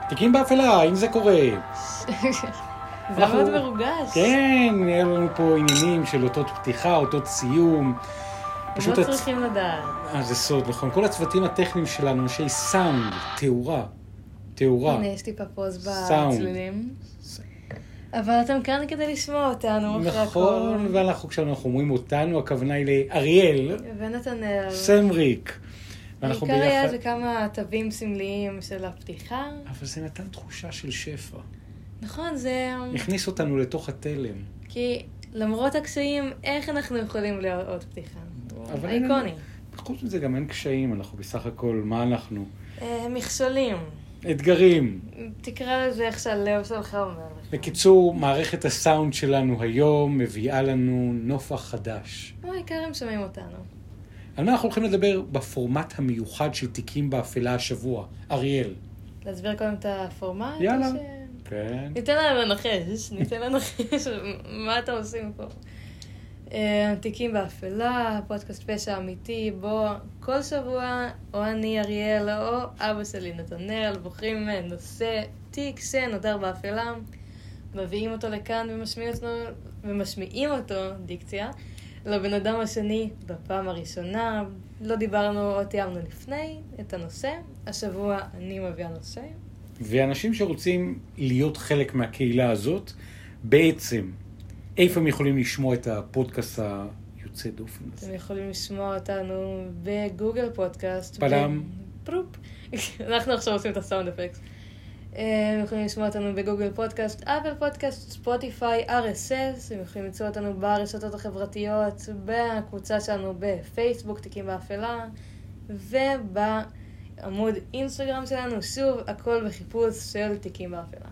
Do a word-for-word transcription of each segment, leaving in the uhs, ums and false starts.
תיקים באפלה, האם זה קורה? זה מאוד מרוגש. כן, היה לנו פה עניינים של אותות פתיחה, אותות סיום. הם לא צריכים לדעת. אה, זה סוד, נכון. כל הצוותים הטכניים שלנו, אנשי סאונד, תאורה, תאורה. הנה, יש טיפה פוז בצלילים. אבל אתם כאן כדי לשמוע אותנו אחרי הכל. נכון, ואנחנו כשאנחנו אומרים אותנו, הכוונה היא לאריאל. ונתנאל. סמריק. בעיקר היה זה כמה תווים סמליים של הפתיחה. אבל זה נתן תחושה של שפע. נכון, זה... הכניס אותנו לתוך התלם. כי למרות הקשיים, איך אנחנו יכולים לעוד פתיחה? אייקוני. חוץ מזה גם אין קשיים, אנחנו בסך הכל, מה אנחנו? מכשולים. אתגרים. תקרא לזה איך שהלב שלך אומר לך. בקיצור, מערכת הסאונד שלנו היום מביאה לנו נופח חדש. או, העיקר הם שומעים אותנו. על מה אנחנו הולכים לדבר בפורמט המיוחד של תיקים באפלה השבוע? אריאל. להסביר קודם את הפורמט? יאללה. ש... כן. ניתן לנו לנחש, ניתן לנו לנחש, מה אתם עושים פה? תיקים באפלה, פודקאסט פשע אמיתי, בו כל שבוע או אני אריאל או אבא שלי נתנאל בוחרים נושא תיק שנותר באפלה, מביאים אותו לכאן ומשמיעים אותו, ומשמיעים אותו, דיקציה, לבן אדם השני בפעם הראשונה. לא דיברנו או תיאמנו לפני את הנושא, השבוע אני מביאה נושא. ואנשים שרוצים להיות חלק מהקהילה הזאת, בעצם, איפה הם יכולים לשמוע את הפודקאסט היוצא דופן הזה? אתם יכולים לשמוע אותנו בגוגל פודקאסט. פלם. פרופ. אנחנו עכשיו עושים את הסאונד אפקט. הם יכולים לשמוע אותנו בגוגל פודקאסט, אפל פודקאסט, ספוטיפיי, אר אס אס. הם יכולים למצוא אותנו ברשתות החברתיות, בקבוצה שלנו בפייסבוק, תיקים באפלה, ובעמוד אינסטגרם שלנו, שוב, הכל בחיפוש של תיקים באפלה.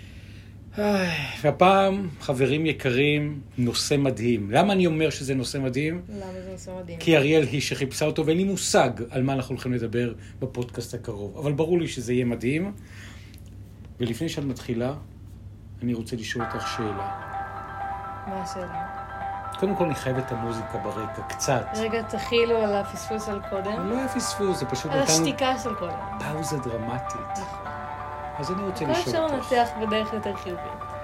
והפעם, חברים יקרים, נושא מדהים. למה אני אומר שזה נושא מדהים? למה זה נושא מדהים? כי אריאל היא שחיפשה אותו, ואין לי מושג על מה אנחנו הולכים לדבר בפודקאסט הקרוב. אבל ברור לי שזה יהיה מדהים. ולפני שאת מתחילה, אני רוצה לשאול אותך שאלה. מה השאלה? קודם כל, אני חייב את המוזיקה ברקע, קצת. רגע, תחילו על הפספוס של קודם. לא היה פספוס, זה פשוט על השתיקה של קודם. פאוזה דרמטית. נכון. אז אני רוצה כל לשאול אפשר אותך. לנצח בדרך יותר חיובית.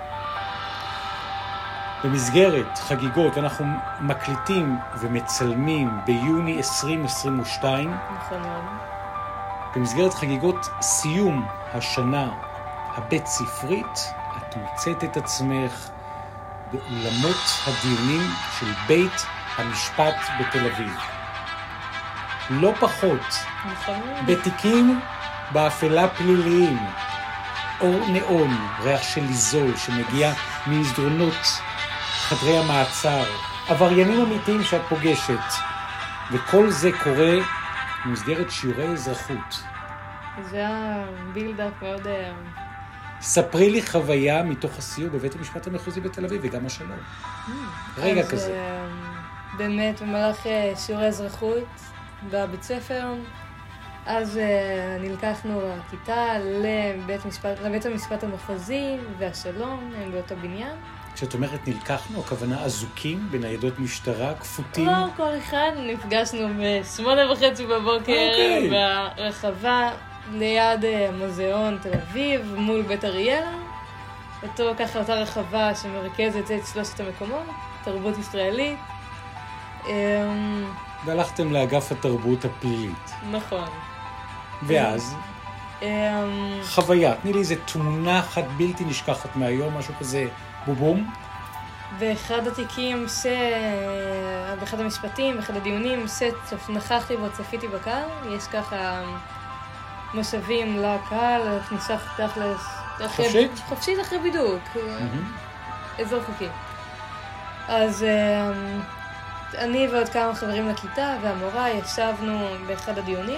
במסגרת חגיגות אנחנו מקליטים ומצלמים ביוני עשרים עשרים ושתיים. נכון מאוד. במסגרת חגיגות סיום השנה הבית ספרית, את מוצאת את עצמך באולמות הדיונים של בית המשפט בתל אביב. לא פחות. נכון מאוד. בתיקים באפלה פליליים. אור נאון, ריח של ליזול שמגיע ממסדרונות חדרי המעצר. עבריינים אמיתיים שאת פוגשת. וכל זה קורה במסגרת שיעורי אזרחות. זה היה בילדאפ מאוד... ספרי לי חוויה מתוך הסיור בבית המשפט המחוזי בתל אביב וגם השלום. רגע אז, כזה. באמת, במהלך שיעורי אזרחות בבית ספר, אז נלקחנו הכיתה לבית, משפט, לבית המשפט המחוזי והשלום, הם באותו בניין. כשאת אומרת נלקחנו, הכוונה אזוקים בניידות משטרה, כפותים? לא, כל אחד נפגשנו בשמונה וחצי בבוקר אוקיי. ברחבה ליד מוזיאון תל אביב, מול בית אריאלה. אותו ככה אותה רחבה שמרכזת את שלושת המקומות, תרבות ישראלית. והלכתם לאגף התרבות הפלילית. נכון. ואז? חוויה, תני לי איזה תמונה אחת בלתי נשכחת מהיום, משהו כזה בובום. ואחד התיקים ש... באחד המשפטים, באחד הדיונים שנכחתי בו, צפיתי בקהל, יש ככה משאבים לקהל, כניסה תכלס... חופשית? חופשית אחרי בידוק. אזור חוקי. אז אני ועוד כמה חברים לכיתה והמורה ישבנו באחד הדיונים,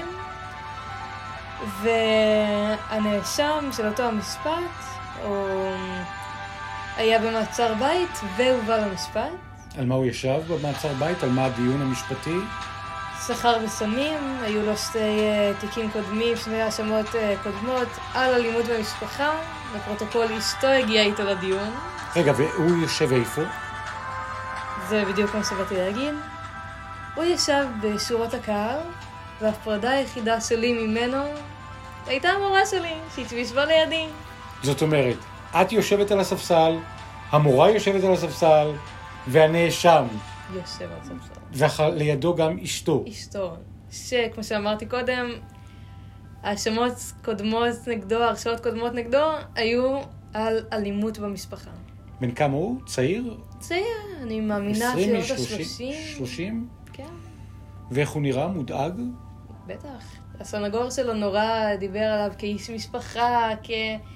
והנאשם של אותו המשפט הוא היה במעצר בית והובא למשפט. על מה הוא ישב במעצר בית? על מה הדיון המשפטי? שכר וסמים, היו לו שתי תיקים קודמים, שני האשמות קודמות על אלימות במשפחה. בפרוטוקול אשתו הגיעה איתו לדיון. רגע, והוא יושב איפה? זה בדיוק מה שבאתי להגיד. הוא ישב בשורות הקהל, והפרדה היחידה שלי ממנו הייתה המורה שלי, שהתיישבה לידי. זאת אומרת, את יושבת על הספסל, המורה יושבת על הספסל, והנאשם. יושב על הספסל. ולידו גם אשתו. אשתו. שכמו שאמרתי קודם, האשמות קודמות נגדו, הרשעות קודמות נגדו, היו על אלימות במשפחה. בן כמה הוא? צעיר? צעיר, אני מאמינה עשרים, שנות שלושים? ה-שלושים. שלושים? כן. ואיך הוא נראה? מודאג? בטח. הסנגור שלו נורא דיבר עליו כאיש משפחה, כ...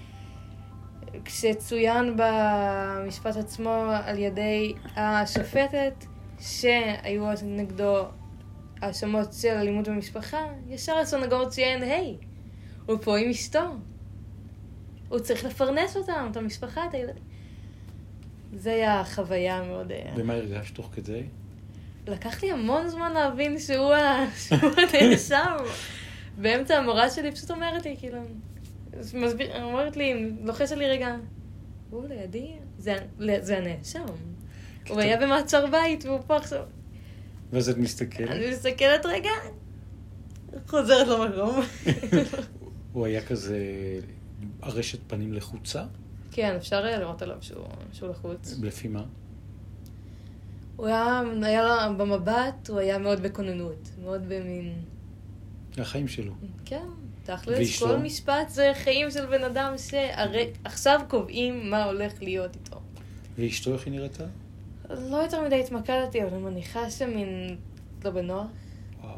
כשצוין במשפט עצמו על ידי השופטת, שהיו נגדו האשמות של אלימות במשפחה, ישר הסנגור ציין, היי, הוא פה עם אשתו. הוא צריך לפרנס אותם, את המשפחה, את הילדים. זה היה חוויה מאוד... ומה הרגש תוך כדי? לקח לי המון זמן להבין שהוא הנאשם. באמצע המורה שלי פשוט אומרת לי, כאילו... מסביר, אומרת לי, לוחשת לי רגע, הוא לידי, זה, זה הנאשם. הוא היה במעצר בית, והוא פה עכשיו... ואז את מסתכלת? אני מסתכלת רגע, חוזרת למקום. הוא היה כזה ארשת פנים לחוצה? כן, אפשר לראות עליו שהוא, שהוא לחוץ. לפי מה? הוא היה, היה לו, במבט, הוא היה מאוד בכוננות, מאוד במין... החיים שלו. כן, תכלס, כל משפט זה חיים של בן אדם שעכשיו קובעים מה הולך להיות איתו. ואשתו איך היא נראתה? לא יותר מדי התמקדתי, אבל אני מניחה שמין לא בנוח. וואו.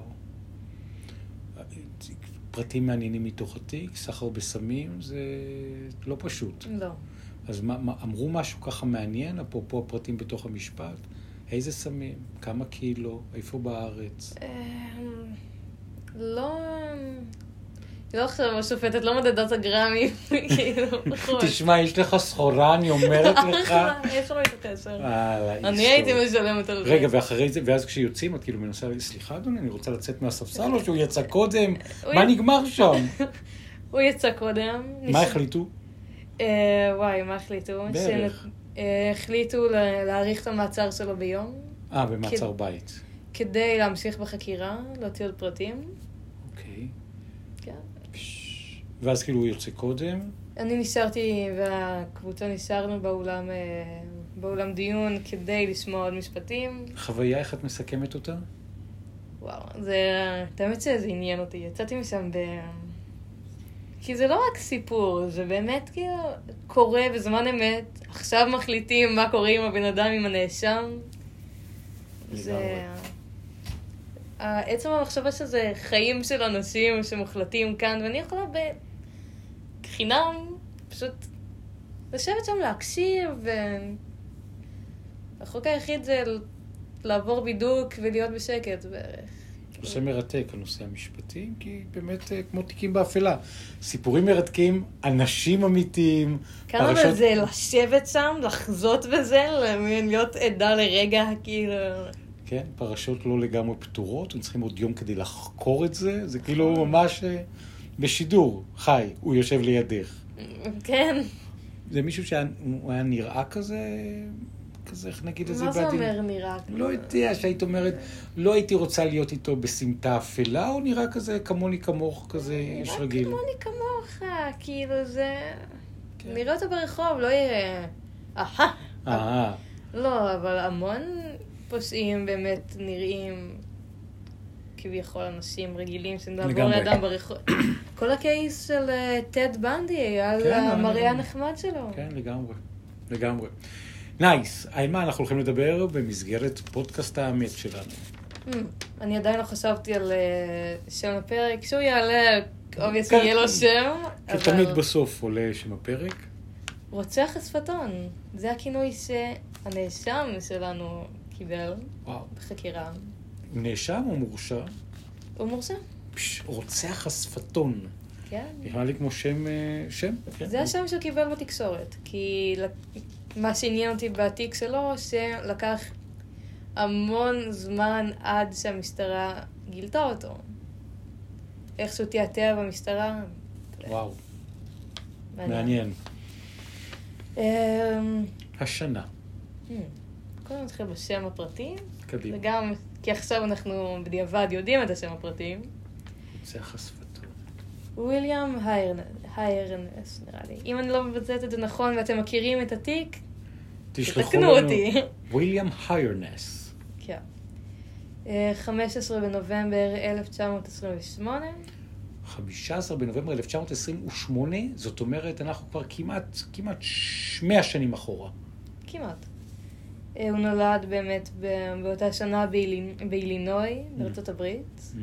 פרטים מעניינים מתוך התיק, סחר בסמים, זה לא פשוט. לא. אז מה, מה, אמרו משהו ככה מעניין, אפרופו הפרטים בתוך המשפט? איזה סמים? כמה קילו? איפה בארץ? לא... לא עכשיו השופטת, לא מדדת הגרמים, כאילו, נכון. תשמע, יש לך סחורה, אני אומרת לך. יש לו את הקשר. אני אני הייתי משלמת על זה. רגע, ואחרי זה, ואז כשיוצאים, את כאילו מנסה, סליחה אדוני, אני רוצה לצאת מהספסל, או שהוא יצא קודם? מה נגמר שם? הוא יצא קודם. מה החליטו? וואי, מה החליטו? בערך. החליטו להאריך את המעצר שלו ביום. אה, במעצר בית. כדי להמשיך בחקירה, להוציא עוד פרטים. אוקיי. כן. ואז כאילו הוא יוצא קודם? אני נשארתי, והקבוצה נשארנו באולם, באולם דיון כדי לשמוע עוד משפטים. חוויה, איך את מסכמת אותה? וואו, זה... האמת שזה עניין אותי. יצאתי משם ב... כי זה לא רק סיפור, זה באמת כאילו קורה בזמן אמת. עכשיו מחליטים מה קורה עם הבן אדם, עם הנאשם. זה... עצם המחשבה שזה חיים של אנשים שמוחלטים כאן, ואני יכולה בחינם פשוט לשבת שם להקשיב, והחוק היחיד זה לעבור בידוק ולהיות בשקט בערך. נושא מרתק, הנושא המשפטי, כי באמת כמו תיקים באפלה. סיפורים מרתקים, אנשים אמיתיים. כמה פרשות... בזה לשבת שם, לחזות בזה, להיות עדה לרגע, כאילו... כן, פרשות לא לגמרי פתורות, הם צריכים עוד יום כדי לחקור את זה, זה כאילו ממש בשידור, חי, הוא יושב לידך. כן. זה מישהו שהוא היה נראה כזה... כזה, איך נגיד את זה? מה זה אומר נראה? לא יודע, שהיית אומרת, לא הייתי רוצה להיות איתו בסמטה אפלה, או נראה כזה כמוני כמוך, כזה איש רגיל? נראה כמוני כמוך, כאילו זה... נראה אותו ברחוב, לא יהיה... אהה. אהה. לא, אבל המון פושעים באמת נראים כביכול אנשים רגילים שנעבור לאדם ברחוב. כל הקייס של טד בנדי, על המראה הנחמד שלו. כן, לגמרי. לגמרי. נייס, על מה אנחנו הולכים לדבר במסגרת פודקאסט האמת שלנו? אני עדיין לא חשבתי על שם הפרק. שהוא יעלה, אובייסלי יהיה לו שם. כי תמיד בסוף עולה שם הפרק. רוצח השפתון. זה הכינוי שהנאשם שלנו קיבל בחקירה. נאשם או מורשע? הוא מורשע. רוצח השפתון. כן. נראה לי כמו שם... זה השם שהוא קיבל בתקשורת. כי... מה שעניין אותי בתיק שלו, שלקח המון זמן עד שהמשטרה גילתה אותו. איכשהו תיאטר במשטרה. וואו. מעניין. השנה. קודם נתחיל בשם הפרטי. קדימה. וגם, כי עכשיו אנחנו בדיעבד יודעים את השם הפרטי. רוצח השפתון. וויליאם היירנס, נראה לי. אם אני לא מבצעת את זה נכון ואתם מכירים את התיק, תתקנו אותי. וויליאם היירנס. כן. חמישה עשר בנובמבר אלף תשע מאות עשרים ושמונה. חמישה עשר בנובמבר אלף תשע מאות עשרים ושמונה, זאת אומרת, אנחנו כבר כמעט, כמעט מאה שנים אחורה. כמעט. הוא נולד באמת באותה שנה באילינוי, בארצות הברית.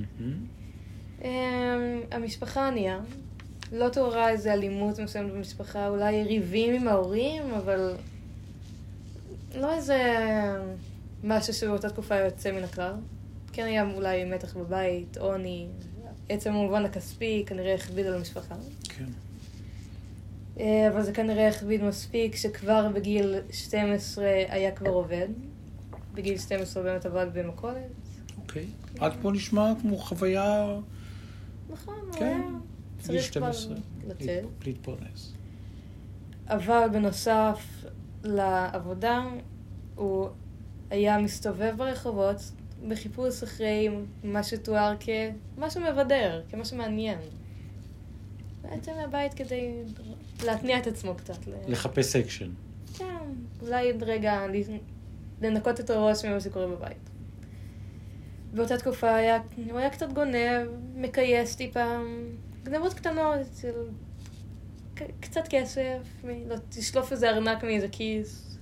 המשפחה ענייה. לא תוארה איזו אלימות מסוימת במשפחה, אולי ריבים עם ההורים, אבל לא איזה משהו שבאותה תקופה יוצא מן הכלל. כן היה אולי מתח בבית, עוני, עצם המובן הכספי כנראה הכביד על המשפחה. כן. אבל זה כנראה הכביד מספיק שכבר בגיל שתים עשרה היה כבר עובד. בגיל שתים עשרה באמת עבד במכולת. אוקיי. עד פה נשמע כמו חוויה... נכון, כן. הוא היה צריך כבר לצאת. להתפרנס. אבל בנוסף לעבודה, הוא היה מסתובב ברחובות בחיפוש אחרי מה שתואר כמשהו מבדר, כמשהו מעניין. בעצם מהבית כדי להתניע את עצמו קצת. לחפש אקשן. כן, אולי רגע לנקות את הראש ממה שקורה בבית. באותה תקופה היה, הוא היה קצת גונב, מקייס טיפה, גנבות קטנות, של קצת כסף, לא, תשלוף איזה ארנק מאיזה כיס.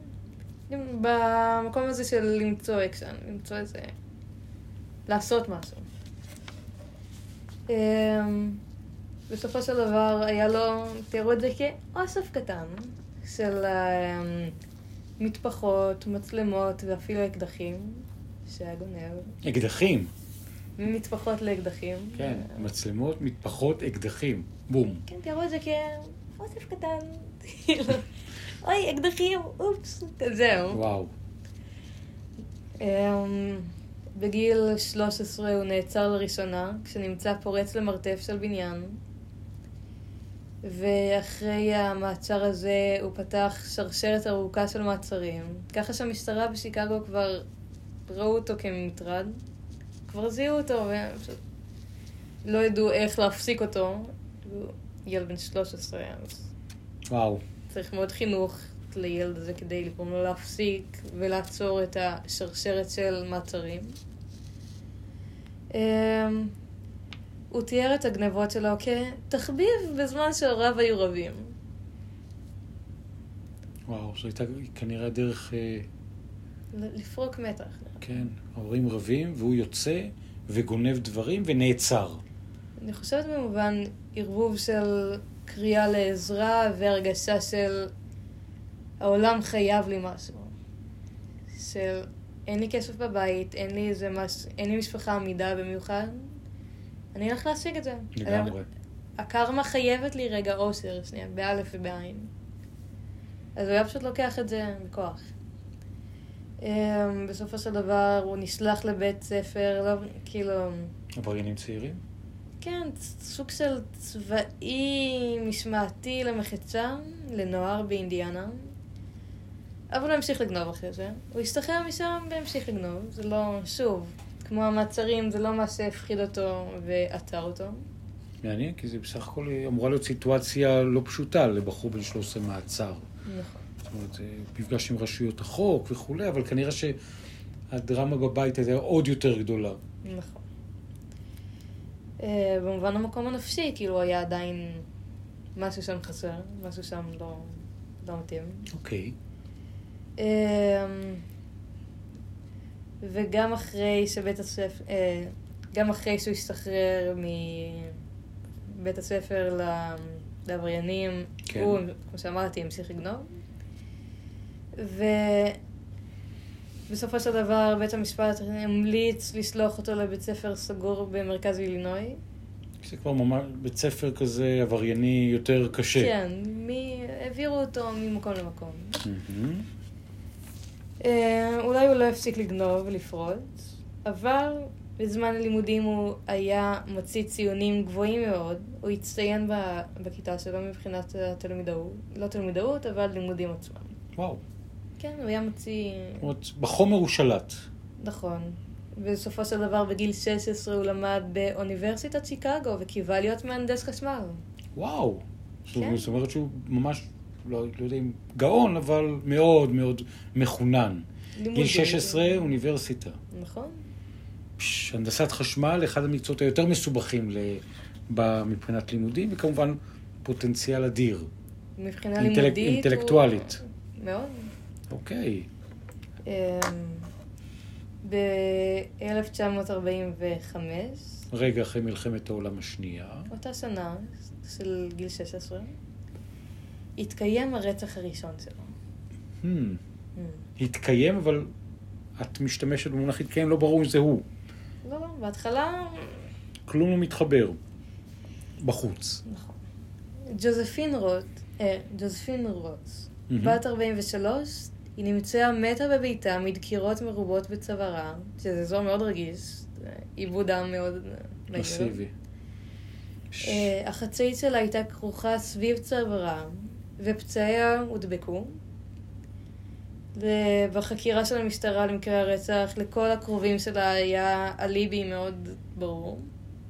במקום הזה של למצוא אקשן, למצוא איזה... לעשות משהו. בסופו של דבר היה לו, תראו את זה כאוסף קטן של מטפחות, מצלמות ואפילו אקדחים שהיה גונב. אקדחים? ממטפחות לאקדחים. כן, מצלמות, מטפחות, אקדחים. בום. כן, תראו את זה כאוסף קטן. אוי, אקדחים, אופס, זהו. וואו. בגיל שלוש עשרה הוא נעצר לראשונה, כשנמצא פורץ למרתף של בניין. ואחרי המעצר הזה הוא פתח שרשרת ארוכה של מעצרים. ככה שהמשטרה בשיקגו כבר ראו אותו כמטרד. כבר זיהו אותו ולא ידעו איך להפסיק אותו. הוא ילד בן שלוש עשרה. וואו. צריך מאוד חינוך לילד הזה כדי לפעמים לא להפסיק ולעצור את השרשרת של מעצרים. הוא תיאר את הגנבות שלו כתחביב בזמן שהוריו היו רבים. וואו, זו הייתה כנראה דרך... לפרוק מתח. כן, ההורים רבים והוא יוצא וגונב דברים ונעצר. אני חושבת במובן ערבוב של קריאה לעזרה והרגשה של העולם חייב לי משהו. של אין לי כסף בבית, אין לי איזה מש... אין לי משפחה עמידה במיוחד. אני הולך להשיג את זה. לגמרי. הקרמה חייבת לי רגע אושר, שנייה, באלף ובעין. אז הוא היה פשוט לוקח את זה בכוח. בסופו של דבר הוא נשלח לבית ספר, לא, כאילו... עבריינים צעירים? כן, סוג של צבאי משמעתי למחצה, לנוער באינדיאנה. אבל הוא המשיך לגנוב אחרי זה. הוא השתחרר משם והמשיך לגנוב. זה לא, שוב, כמו המעצרים, זה לא מה שהפחיד אותו ועצר אותו. מעניין, כי זה בסך הכל אמורה להיות סיטואציה לא פשוטה לבחור בן שלוש עשרה מעצר. נכון. זאת אומרת, זה מפגש עם רשויות החוק וכו', אבל כנראה שהדרמה בבית הייתה עוד יותר גדולה. נכון. במובן המקום הנפשי, כאילו היה עדיין משהו שם חסר, משהו שם לא, לא מתאים. אוקיי. וגם אחרי שבית הספר, גם אחרי שהוא השתחרר מבית הספר לעבריינים, כן. הוא, כמו שאמרתי, המשיך לגנוב. ובסופו של דבר בית המשפט המליץ לשלוח אותו לבית ספר סגור במרכז אילינוי. זה כבר ממש בית ספר כזה עברייני יותר קשה. כן, מי, העבירו אותו ממקום למקום. Mm-hmm. אולי הוא לא הפסיק לגנוב ולפרוץ, אבל בזמן הלימודים הוא היה מוציא ציונים גבוהים מאוד. הוא הצטיין בכיתה שלו מבחינת התלמידאות, לא תלמידאות, אבל לימודים עצמם. וואו. כן, הוא היה מוציא... בחומר הוא שלט. נכון. בסופו של דבר בגיל שש עשרה הוא למד באוניברסיטת שיקגו וקיווה להיות מהנדס חשמל. וואו. כן. זאת אומרת שהוא ממש, לא, לא יודע אם גאון, אבל מאוד מאוד מחונן. לימודים. גיל שש עשרה, אוניברסיטה. נכון. פש, הנדסת חשמל, אחד המקצועות היותר מסובכים ל- מבחינת לימודים, וכמובן פוטנציאל אדיר. מבחינה אינטלק- לימודית אינטלקטואלית. הוא... מאוד. אוקיי. ב-אלף תשע מאות ארבעים וחמש, רגע אחרי מלחמת העולם השנייה. אותה שנה של גיל שש עשרה, התקיים הרצח הראשון שלו. Hmm. התקיים, אבל את משתמשת במונח התקיים, לא ברור אם זה הוא. לא, לא, בהתחלה... כלום לא מתחבר. בחוץ. נכון. ג'וזפין רוט, אה, ג'וזפין רוטס, Mhm. בת ארבעים ושלוש, היא נמצאה מתה בביתה מדקירות מרובות בצווארה, שזה אזור מאוד רגיש, עיבוד דם מאוד... מסיבי. אה, החצאית שלה הייתה כרוכה סביב צווארה, ופצעיה הודבקו. ובחקירה של המשטרה למקרה הרצח, לכל הקרובים שלה היה אליבי מאוד ברור.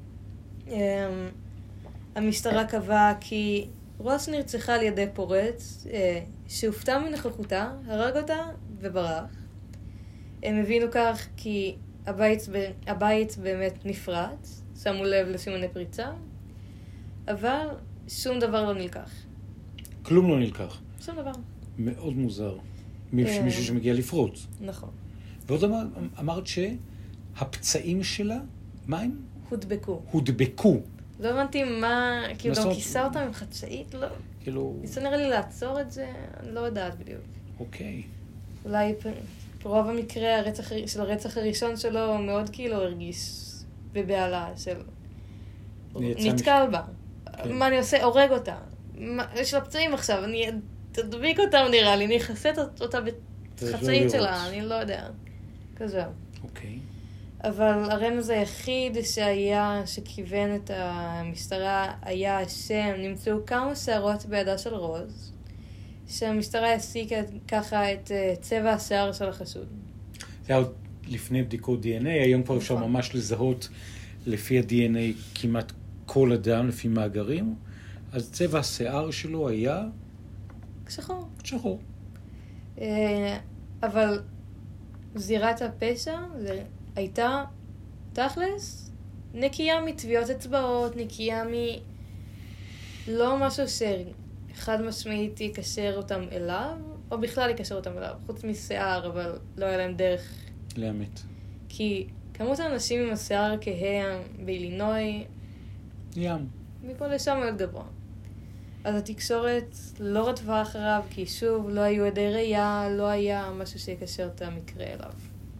המשטרה קבעה כי רוס נרצחה על ידי פורץ, שהופתע מנוכחותה, הרג אותה וברח. הם הבינו כך כי הבית, הבית באמת נפרץ, שמו לב לסימני פריצה, אבל שום דבר לא נלקח. כלום לא נלקח. שום דבר. מאוד מוזר. מישהו שמגיע לפרוץ. נכון. ועוד אמר, אמרת שהפצעים שלה, מה הם? הודבקו. הודבקו. לא הבנתי מה, כאילו גם לעשות- כיסה אותה עם חצאית, לא. כאילו, ניסה נראה לי לעצור את זה, אני לא יודעת בדיוק. אוקיי. אולי פ- רוב המקרה הרצח, של הרצח הראשון שלו מאוד כאילו הרגיש בבעלה של... יצא נתקל בה. כן. מה אני עושה? הורג אותה. מה- יש לה פצעים עכשיו, אני תדביק אותם נראה לי, אני אחסה אותה צריך בחצאית לא שלה, לראות. אני לא יודע. כזה. אוקיי. אבל הרמז היחיד שהיה, שכיוון את המשטרה, היה שהם נמצאו כמה שערות בידה של רוז, שהמשטרה הסיקה ככה את אה, צבע השיער של החשוד. זה היה עוד לפני בדיקות די אן איי, היום כבר אפשר נכון. ממש לזהות לפי ה-די אן איי כמעט כל אדם, לפי מאגרים. אז צבע השיער שלו היה שחור. שחור. אה, אבל זירת הפשע זה הייתה תכלס נקייה מטביעות אצבעות, נקייה מ... לא משהו שחד משמעית יקשר אותם אליו, או בכלל יקשר אותם אליו, חוץ משיער, אבל לא היה להם דרך. לאמת. כי כמות האנשים עם השיער כהה באילינוי, ים. מפה לשם מאוד גבוה. אז התקשורת לא רדפה אחריו, כי שוב, לא היו עדי ראייה, לא היה משהו שיקשר את המקרה אליו.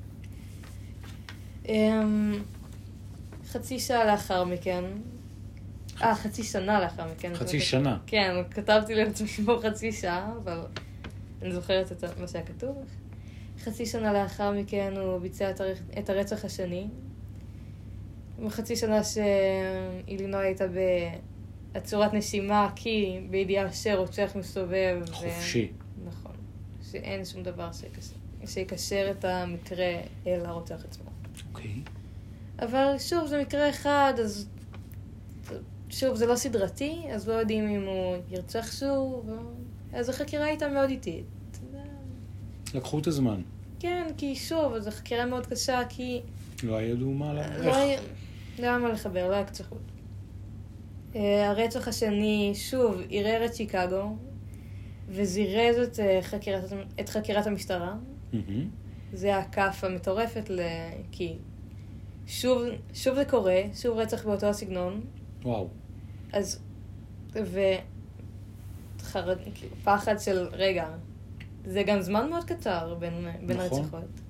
אמ, חצי שעה לאחר מכן, אה, חצי שנה לאחר מכן. חצי שנה. כן, כתבתי לעצמי פה חצי שעה, אבל אני זוכרת את מה שהיה כתוב. חצי שנה לאחר מכן הוא ביצע את הרצח- את הרצח השני. בחצי שנה שאילינוי הייתה בעצורת נשימה, כי בידיעה שרוצח מסתובב. ו- חופשי. נכון. שאין שום דבר שיקשר, שיקשר את המקרה אל הרוצח עצמו. אוקיי. אבל שוב, זה מקרה אחד, אז שוב, זה לא סדרתי, אז לא יודעים אם הוא ירצח שוב, אז החקירה הייתה מאוד איטית. לקחו את הזמן. כן, כי שוב, זו חקירה מאוד קשה, כי לא היה ידעו מה לה... לא היה לא היה מה לחבר, לא היה קצחות. אה, הרצח השני, שוב, ערער את שיקגו, וזירז את אה, חקירת, את חקירת המשטרה. מהמם. זה הכף המטורפת, ל... כי שוב, שוב זה קורה, שוב רצח באותו הסגנון, וואו. אז, ו... חרד... כאילו, פחד של, רגע, זה גם זמן מאוד קצר בין, בין נכון. הרציחות.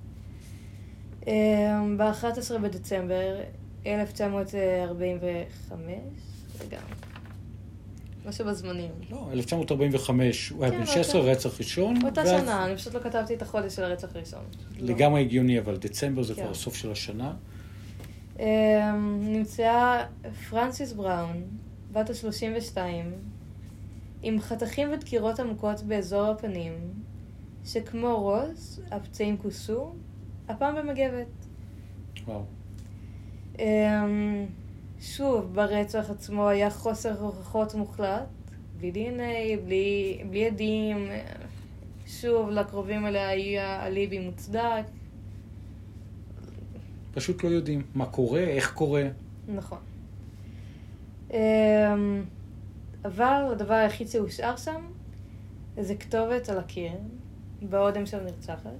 ב-אחד עשר בדצמבר אלף תשע מאות ארבעים וחמש, רגע, משהו בזמנים. לא, אלף תשע מאות ארבעים וחמש, הוא היה כן, בן שש עשרה, אותה- רצח ראשון. אותה ואז- שנה, אני פשוט לא כתבתי את החודש של הרצח הראשון. לא. לגמרי הגיוני, אבל דצמבר זה כן. כבר הסוף של השנה. אמ, נמצאה פרנסיס בראון, בת ה-שלושים ושתיים, עם חתכים ודקירות עמוקות באזור הפנים, שכמו רוז, הפצעים כוסו, הפעם במגבת. וואו. שוב, ברצח עצמו היה חוסר הוכחות מוחלט, בלי די אן איי, בלי, בלי עדים. שוב, לקרובים אליה היה אליבי מוצדק. פשוט לא יודעים מה קורה, איך קורה. נכון. אבל הדבר היחיד שהושאר שם, זה כתובת על הקיר, באודם של נרצחת.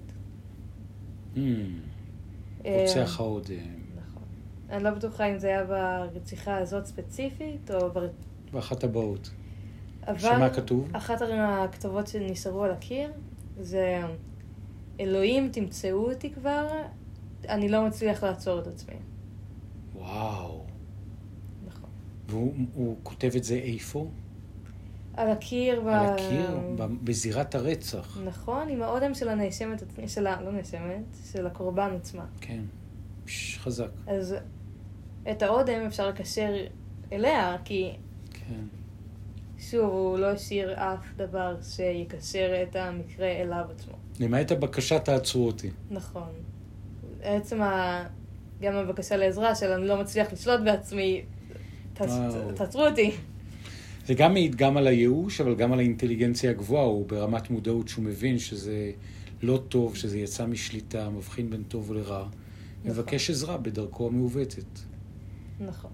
רוצח האודם. נכון. אני לא בטוחה אם זה היה ברציחה הזאת ספציפית, או בר... באחת הבאות. אבל שמה כתוב? אחת הכתובות שנשארו על הקיר, זה אלוהים תמצאו אותי כבר, אני לא מצליח לעצור את עצמי. וואו. נכון. והוא הוא כותב את זה איפה? על הקיר. על ב... הקיר? ב... בזירת הרצח. נכון, עם האודם של הנאשמת, של ה... לא נאשמת, של הקורבן עצמה. כן. פש, חזק. אז את האודם אפשר לקשר אליה, כי... כן. שוב, הוא לא השאיר אף דבר שיקשר את המקרה אליו עצמו. למעט הבקשה תעצרו אותי. נכון. בעצם ה... גם הבקשה לעזרה של אני לא מצליח לשלוט בעצמי, תעצרו אותי. זה גם מעיד גם על הייאוש, אבל גם על האינטליגנציה הגבוהה. הוא ברמת מודעות שהוא מבין שזה לא טוב, שזה יצא משליטה, מבחין בין טוב לרע. נכון. מבקש עזרה בדרכו המעוותת. נכון.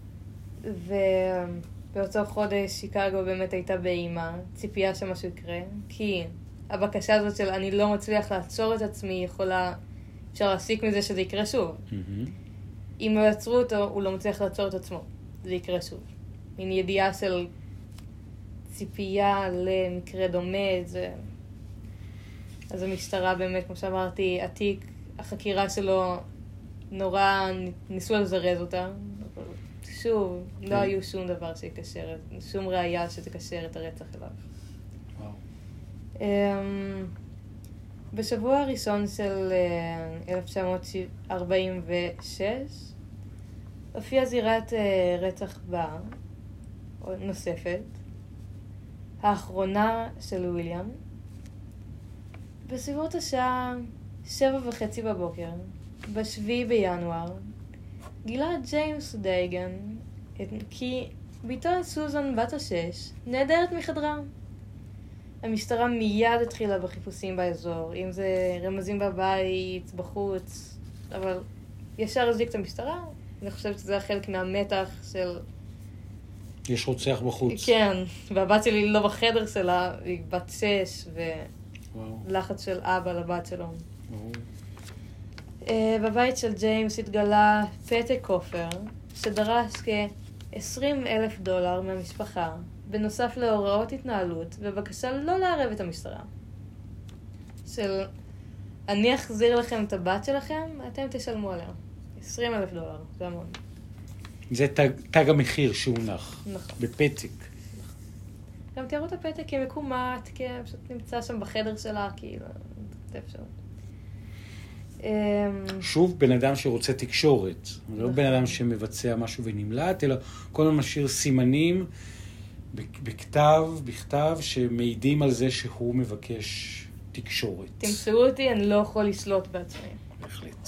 ובאותו חודש שיקגו באמת הייתה באימה, ציפייה שמשהו יקרה, כי הבקשה הזאת של אני לא מצליח לעצור את עצמי יכולה, אפשר להסיק מזה שזה יקרה שוב. Mm-hmm. אם לא יעצרו אותו, הוא לא מצליח לעצור את עצמו. זה יקרה שוב. מין ידיעה של ציפייה למקרה דומה, זה... אז המשטרה באמת, כמו שאמרתי, התיק, החקירה שלו נורא, ניסו לזרז אותה. שוב, כן. לא היו שום דבר שיקשר, שום ראייה שתקשר את הרצח אליו. וואו. Um, בשבוע הראשון של uh, אלף תשע מאות ארבעים ושש, הופיעה זירת uh, רצח בר, נוספת, האחרונה של וויליאם, בסביבות השעה שבע וחצי בבוקר, בשביעי בינואר, גילה ג'יימס דייגן כי ביתו סוזן בת השש נעדרת מחדרה. המשטרה מיד התחילה בחיפושים באזור, אם זה רמזים בבית, בחוץ, אבל ישר הזיק את המשטרה. אני חושבת שזה היה חלק מהמתח של... יש רוצח בחוץ. כן, והבת שלי לא בחדר שלה, היא בת שש, ולחץ של אבא לבת שלו. וואו. Uh, בבית של ג'יימס התגלה פתק כופר, שדרש כ-עשרים אלף דולר מהמשפחה, בנוסף להוראות התנהלות, ובקשה לא לערב את המשטרה. של, אני אחזיר לכם את הבת שלכם, אתם תשלמו עליה. עשרים אלף דולר, זה המון. זה תג, תג המחיר שהונח. נכון. בפתק. נכון. גם תראו את הפתק כמקומט, כי פשוט נמצא שם בחדר שלה, כאילו, זה אפשר. שוב, בן אדם שרוצה תקשורת. לא בן אדם שמבצע משהו ונמלט, אלא כל הזמן משאיר סימנים בכתב, בכתב, שמעידים על זה שהוא מבקש תקשורת. תמצאו אותי, אני לא יכול לשלוט בעצמי. בהחלט.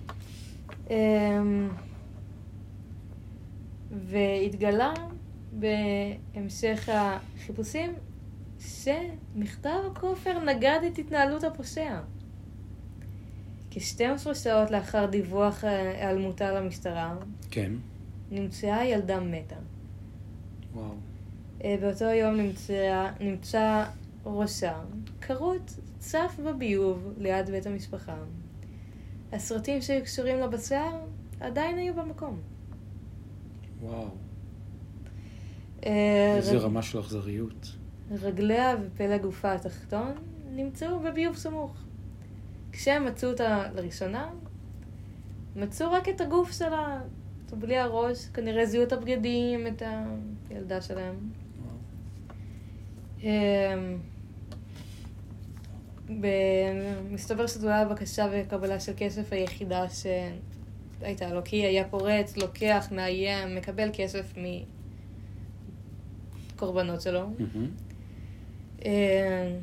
והתגלה בהמשך החיפושים שמכתב הכופר נגד את התנהלות הפושע. כ-שתים עשרה שעות לאחר דיווח על מותה למשטרה, כן. נמצאה ילדה מתה. וואו. באותו יום נמצא, נמצא ראשה, כרות צף בביוב ליד בית המשפחה. הסרטים שקשורים לה בשיער עדיין היו במקום. וואו. איזה רג... רמה של אכזריות. רגליה ופלג גופה התחתון נמצאו בביוב סמוך. כשהם מצאו אותה לראשונה, מצאו רק את הגוף שלה, בלי הראש, כנראה זיהו את הבגדים, את הילדה שלהם. מסתבר שזו הייתה הבקשה וקבלה של כסף היחידה שהייתה לו, כי היה פורץ, לוקח, מאיים, מקבל כסף מקורבנות שלו.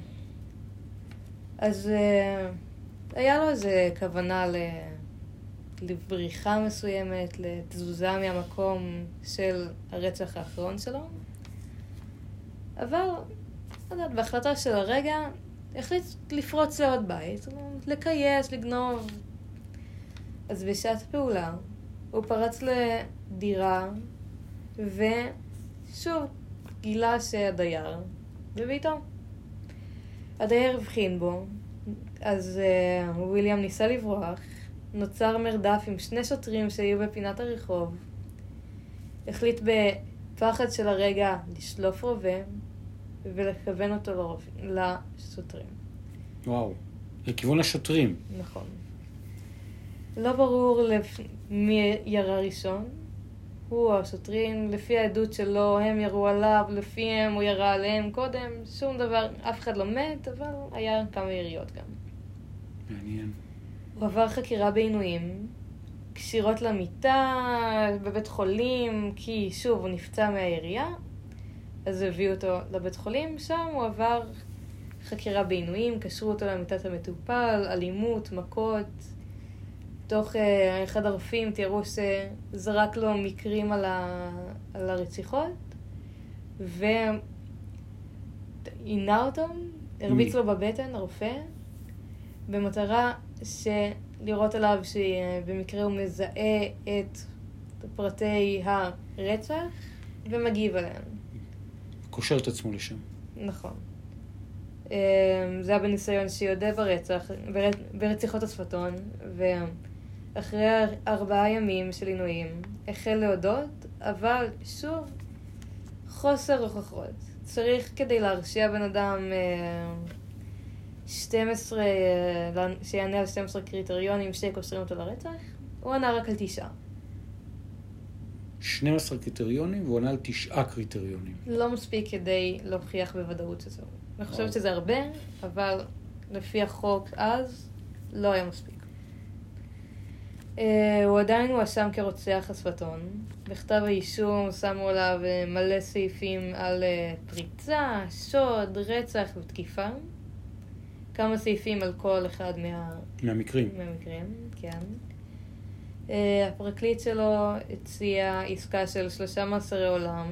אז היה לו איזה כוונה לבריחה מסוימת, לתזוזה מהמקום של הרצח האחרון שלו. אבל, לא יודעת, בהחלטה של הרגע, החליט לפרוץ לעוד בית, לקייס, לגנוב. אז בשעת פעולה, הוא פרץ לדירה, ושוב, גילה שהדייר בביתו. הדייר הבחין בו, אז uh, וויליאם ניסה לברוח, נוצר מרדף עם שני שוטרים שהיו בפינת הרחוב, החליט בפחד של הרגע לשלוף רובה ולכוון אותו לרוב, לשוטרים. וואו, לכיוון השוטרים. נכון. לא ברור לפ... מי ירה ראשון, הוא או השוטרים, לפי העדות שלו הם ירו עליו, לפיהם הוא ירה עליהם קודם, שום דבר, אף אחד לא מת, אבל היה כמה יריות גם. מעניין. הוא עבר חקירה בעינויים, קשירות למיטה, בבית חולים, כי שוב הוא נפצע מהירייה, אז הביאו אותו לבית חולים, שם הוא עבר חקירה בעינויים, קשרו אותו למיטת המטופל, אלימות, מכות. תוך uh, אחד הרופאים תראו שזרק לו מקרים על, ה... על הרציחות, ועינה אותו, הרביץ לו בבטן, הרופא, במטרה שלראות עליו שבמקרה הוא מזהה את פרטי הרצח ומגיב עליהם. קושר את עצמו לשם. נכון. זה היה בניסיון שיודע ברצח, ברציחות השפתון, ואחרי ארבעה ימים של עינויים החל להודות, אבל שוב חוסר הוכחות. צריך כדי להרשיע בן אדם שתים עשרה, שיענה על שתים עשרה קריטריונים שקושרים אותו לרצח, הוא ענה רק על תשעה. שנים עשר קריטריונים והוא ענה על תשעה קריטריונים. לא מספיק כדי להוכיח בוודאות שזו. אני חושבת שזה הרבה, אבל לפי החוק אז לא היה מספיק. הוא עדיין הואשם כרוצח השפתון. בכתב האישום שמו עליו מלא סעיפים על פריצה, שוד, רצח ותקיפה. כמה סעיפים על כל אחד מה... מהמקרים. מהמקרים, כן. הפרקליט שלו הציע עסקה של שלושה מאסרי עולם,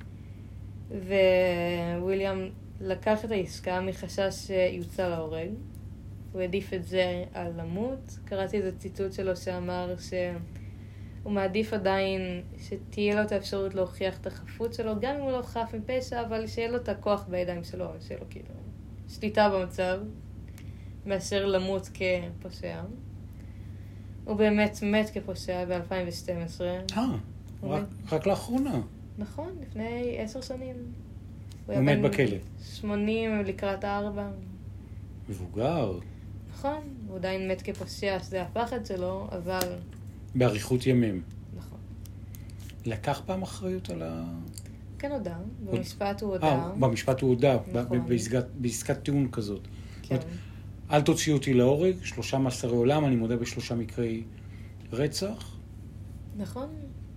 וויליאם לקח את העסקה מחשש שיוצא להורג. הוא העדיף את זה על למות. קראתי איזה ציטוט שלו שאמר שהוא מעדיף עדיין שתהיה לו את האפשרות להוכיח את החפות שלו, גם אם הוא לא חף מפשע, אבל שיהיה לו את הכוח בידיים שלו, שיהיה לו כאילו שליטה במצב, מאשר למות כפושע. הוא באמת מת כפושע ב-אלפיים ושתים עשרה. אה, רק, רק לאחרונה. נכון, לפני עשר שנים. הוא מת בכלא. שמונים לקראת ארבע. מבוגר. נכון, הוא עדיין מת כפושע, שזה הפחד שלו, אבל... באריכות ימים. נכון. לקח פעם אחריות על ה... כן הודע, במשפט הוא הודע. אה, במשפט הוא הודע, נכון. בעסקת טיעון כזאת. כן. אל תוציאו אותי להורג, שלושה מאסרי עולם, אני מודה בשלושה מקרי רצח. נכון.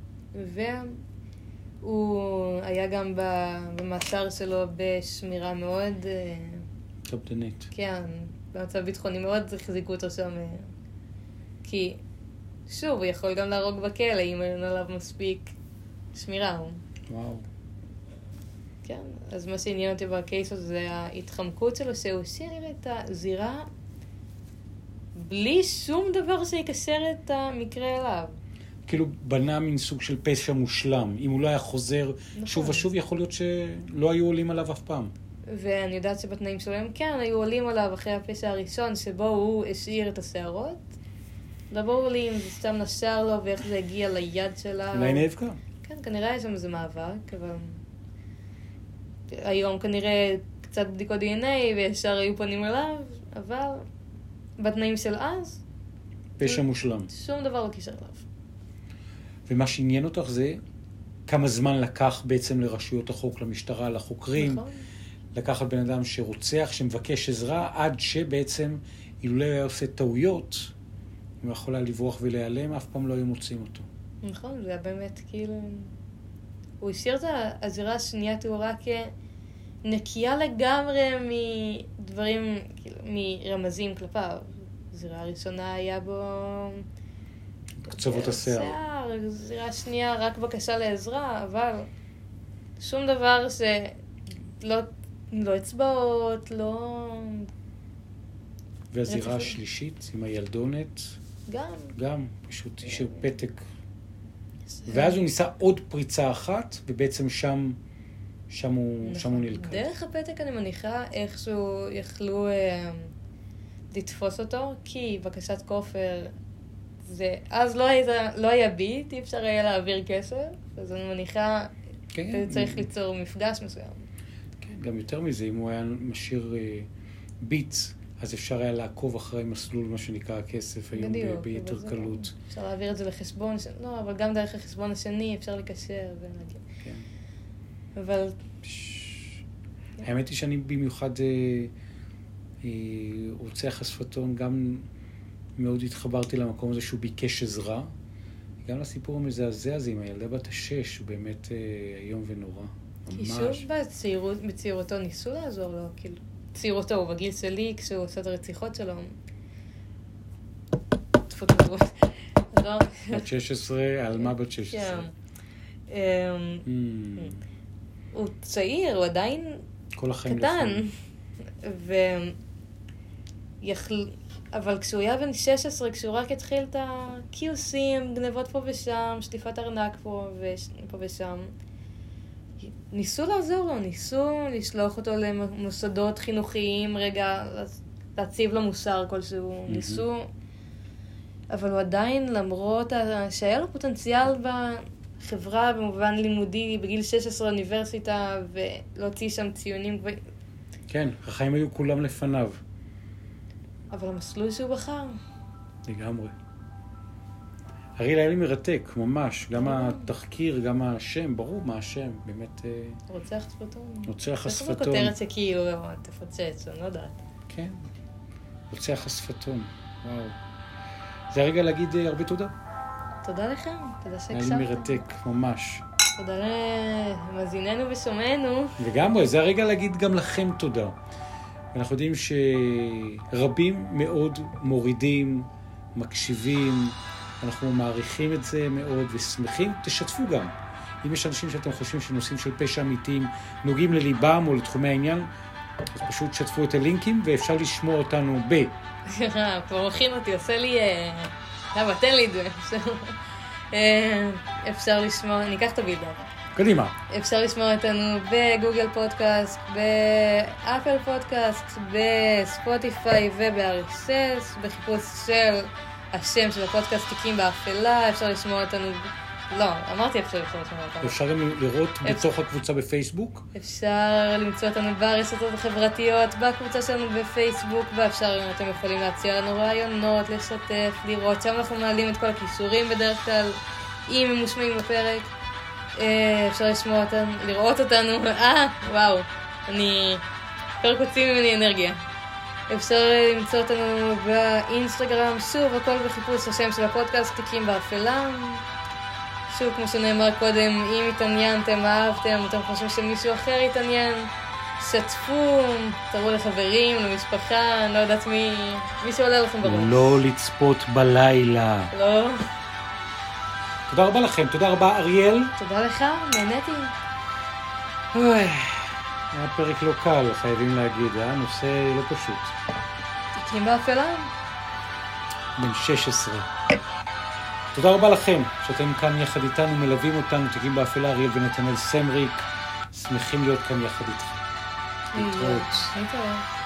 והוא היה גם במאסר שלו בשמירה מאוד... קפדנית. כן, במצב ביטחוני מאוד החזיקו אותו שם. כי, שוב, הוא יכול גם להרוג בכלא אם אין עליו מספיק שמירה. וואו. כן, אז מה שעניין אותי בקייס הזה זה ההתחמקות שלו, שהוא השאיר את הזירה בלי שום דבר שיקשר את המקרה אליו. כאילו בנה מין סוג של פשע מושלם. אם הוא לא היה חוזר נכון. שוב ושוב, יכול להיות שלא היו עולים עליו אף פעם. ואני יודעת שבתנאים שלו הם כן היו עולים עליו אחרי הפשע הראשון, שבו הוא השאיר את השערות. לא ברור לי אם זה סתם נשר לו ואיך זה הגיע ליד שלה. אולי נאבקה. כן, כנראה יש שם איזה מאבק, אבל... היום כנראה קצת בדיקות די אן איי וישר היו פונים אליו, אבל בתנאים של אז... פשע מושלם. שום דבר לא קישר אליו. ומה שעניין אותך זה כמה זמן לקח בעצם לרשויות החוק, למשטרה, לחוקרים, נכון. לקחת בן אדם שרוצח, שמבקש עזרה, עד שבעצם אילולא היה עושה טעויות, הוא יכול היה לברוח ולהיעלם, אף פעם לא היו מוצאים אותו. נכון, זה היה באמת כאילו... הוא השאיר את הזירה השנייה תיאורה כנקייה לגמרי מדברים, כאילו, מרמזים כלפיו. הזירה הראשונה היה בו... קצוות השיער. שיער, זירה שנייה, רק בקשה לעזרה, אבל שום דבר שלא לא אצבעות, לא... והזירה השלישית עם הילדונת, גם. גם, פשוט יש פתק. ואז הוא ניסה עוד פריצה אחת, ובעצם שם, שם הוא, שם הוא נלכד. דרך הפתק אני מניחה איכשהו יכלו אה, לתפוס אותו, כי בקשת כופר, זה, אז לא היה, לא היה ביט, אי אפשר היה להעביר כסף, אז אני מניחה, כן, צריך כן. ליצור מפגש מסוים. כן, גם יותר מזה, אם הוא היה משאיר אה, ביט, אז אפשר היה לעקוב אחרי מסלול, מה שנקרא הכסף, היום ב- ביתר קלות. אפשר להעביר את זה לחשבון, לא, אבל גם דרך החשבון השני אפשר לקשר ולהגיד. כן. אבל... האמת היא שאני במיוחד רוצח השפתון, גם מאוד התחברתי למקום הזה שהוא ביקש עזרה. גם לסיפור המזעזע הזה עם הילדה בת השש, הוא באמת איום ונורא. כי שוב בצעירות, בצעירותו ניסו לעזור לו, כאילו, צעירותו הוא בגיל שלי, כשהוא עושה את הרציחות שלו. תפות תפות. בת שש עשרה, על מה בת שש עשרה? הוא צעיר, הוא עדיין קטן. אבל כשהוא היה בן שש עשרה, כשהוא רק התחיל את הקיוסים, גנבות פה ושם, שטיפת ארנק פה ושם, ניסו לעזור לו, ניסו לשלוח אותו למוסדות חינוכיים, רגע, להציב לו מוסר כלשהו, ניסו, אבל הוא עדיין, למרות שהיה לו פוטנציאל בחברה, במובן לימודי, בגיל שש עשרה אוניברסיטה, ולהוציא שם ציונים. כן, החיים היו כולם לפניו. אבל המסלול שהוא בחר. לגמרי. הרי היה לי מרתק, ממש. גם התחקיר, גם השם, ברור מה השם, באמת... רוצח השפתון. רוצח השפתון. יש לנו כותרת שכאילו, תפוצץ, אני לא יודעת. כן. רוצח השפתון. וואו. זה הרגע להגיד הרבה תודה. תודה לכם, תודה שהקשבתם. היה לי מרתק, ממש. תודה למאזיננו ושומענו. לגמרי, זה הרגע להגיד גם לכם תודה. אנחנו יודעים שרבים מאוד מורידים, מקשיבים, אנחנו מעריכים את זה מאוד ושמחים, תשתפו גם. אם יש אנשים שאתם חושבים שנושאים של פשע אמיתיים נוגעים לליבם או לתחומי העניין, אז פשוט שתפו את הלינקים ואפשר לשמוע אותנו ב... כבר מכין אותי, עושה לי... למה, תן לי את זה. אפשר לשמוע, אני אקח את הוידאו. קדימה. אפשר לשמוע אותנו בגוגל פודקאסט, באפל פודקאסט, בספוטיפיי ובאר אס אס, בחיפוש של השם של הפודקאסט תיקים באפלה, אפשר לשמוע אותנו, לא, אמרתי אפשר לשמוע אותנו. אפשר גם לראות בתוך הקבוצה בפייסבוק? אפשר למצוא אותנו ברשתות החברתיות, בקבוצה שלנו בפייסבוק, ואפשר, אתם יכולים להציע לנו רעיונות, לשתף, לראות, שם אנחנו מעלים את כל הכישורים בדרך כלל, אם הם מושמעים בפרק. אפשר לשמוע אותנו, לראות אותנו, אה, וואו, אני, פרק הוציא ממני אנרגיה. אפשר למצוא אותנו באינסטגרם, שוב, הכל בחיפוש השם של הפודקאסט, תיקים באפלה. שוב, כמו שנאמר קודם, אם התעניינתם, אהבתם, אתם חושבים שמישהו אחר התעניין, שתפו, תראו לחברים, למשפחה, אני לא יודעת מי, מי שעולה לכם בראש. לא לצפות בלילה. לא. תודה רבה לכם, תודה רבה אריאל. תודה לך, נהניתי. אוי, היה פרק לא קל, חייבים להגיד, היה נושא לא פשוט. תיקים באפלה. בן שש עשרה. תודה רבה לכם, שאתם כאן יחד איתנו, מלווים אותנו, תיקים באפלה, אריאל ונתנאל סמריק, שמחים להיות כאן יחד איתכם. להתראות. להתראות.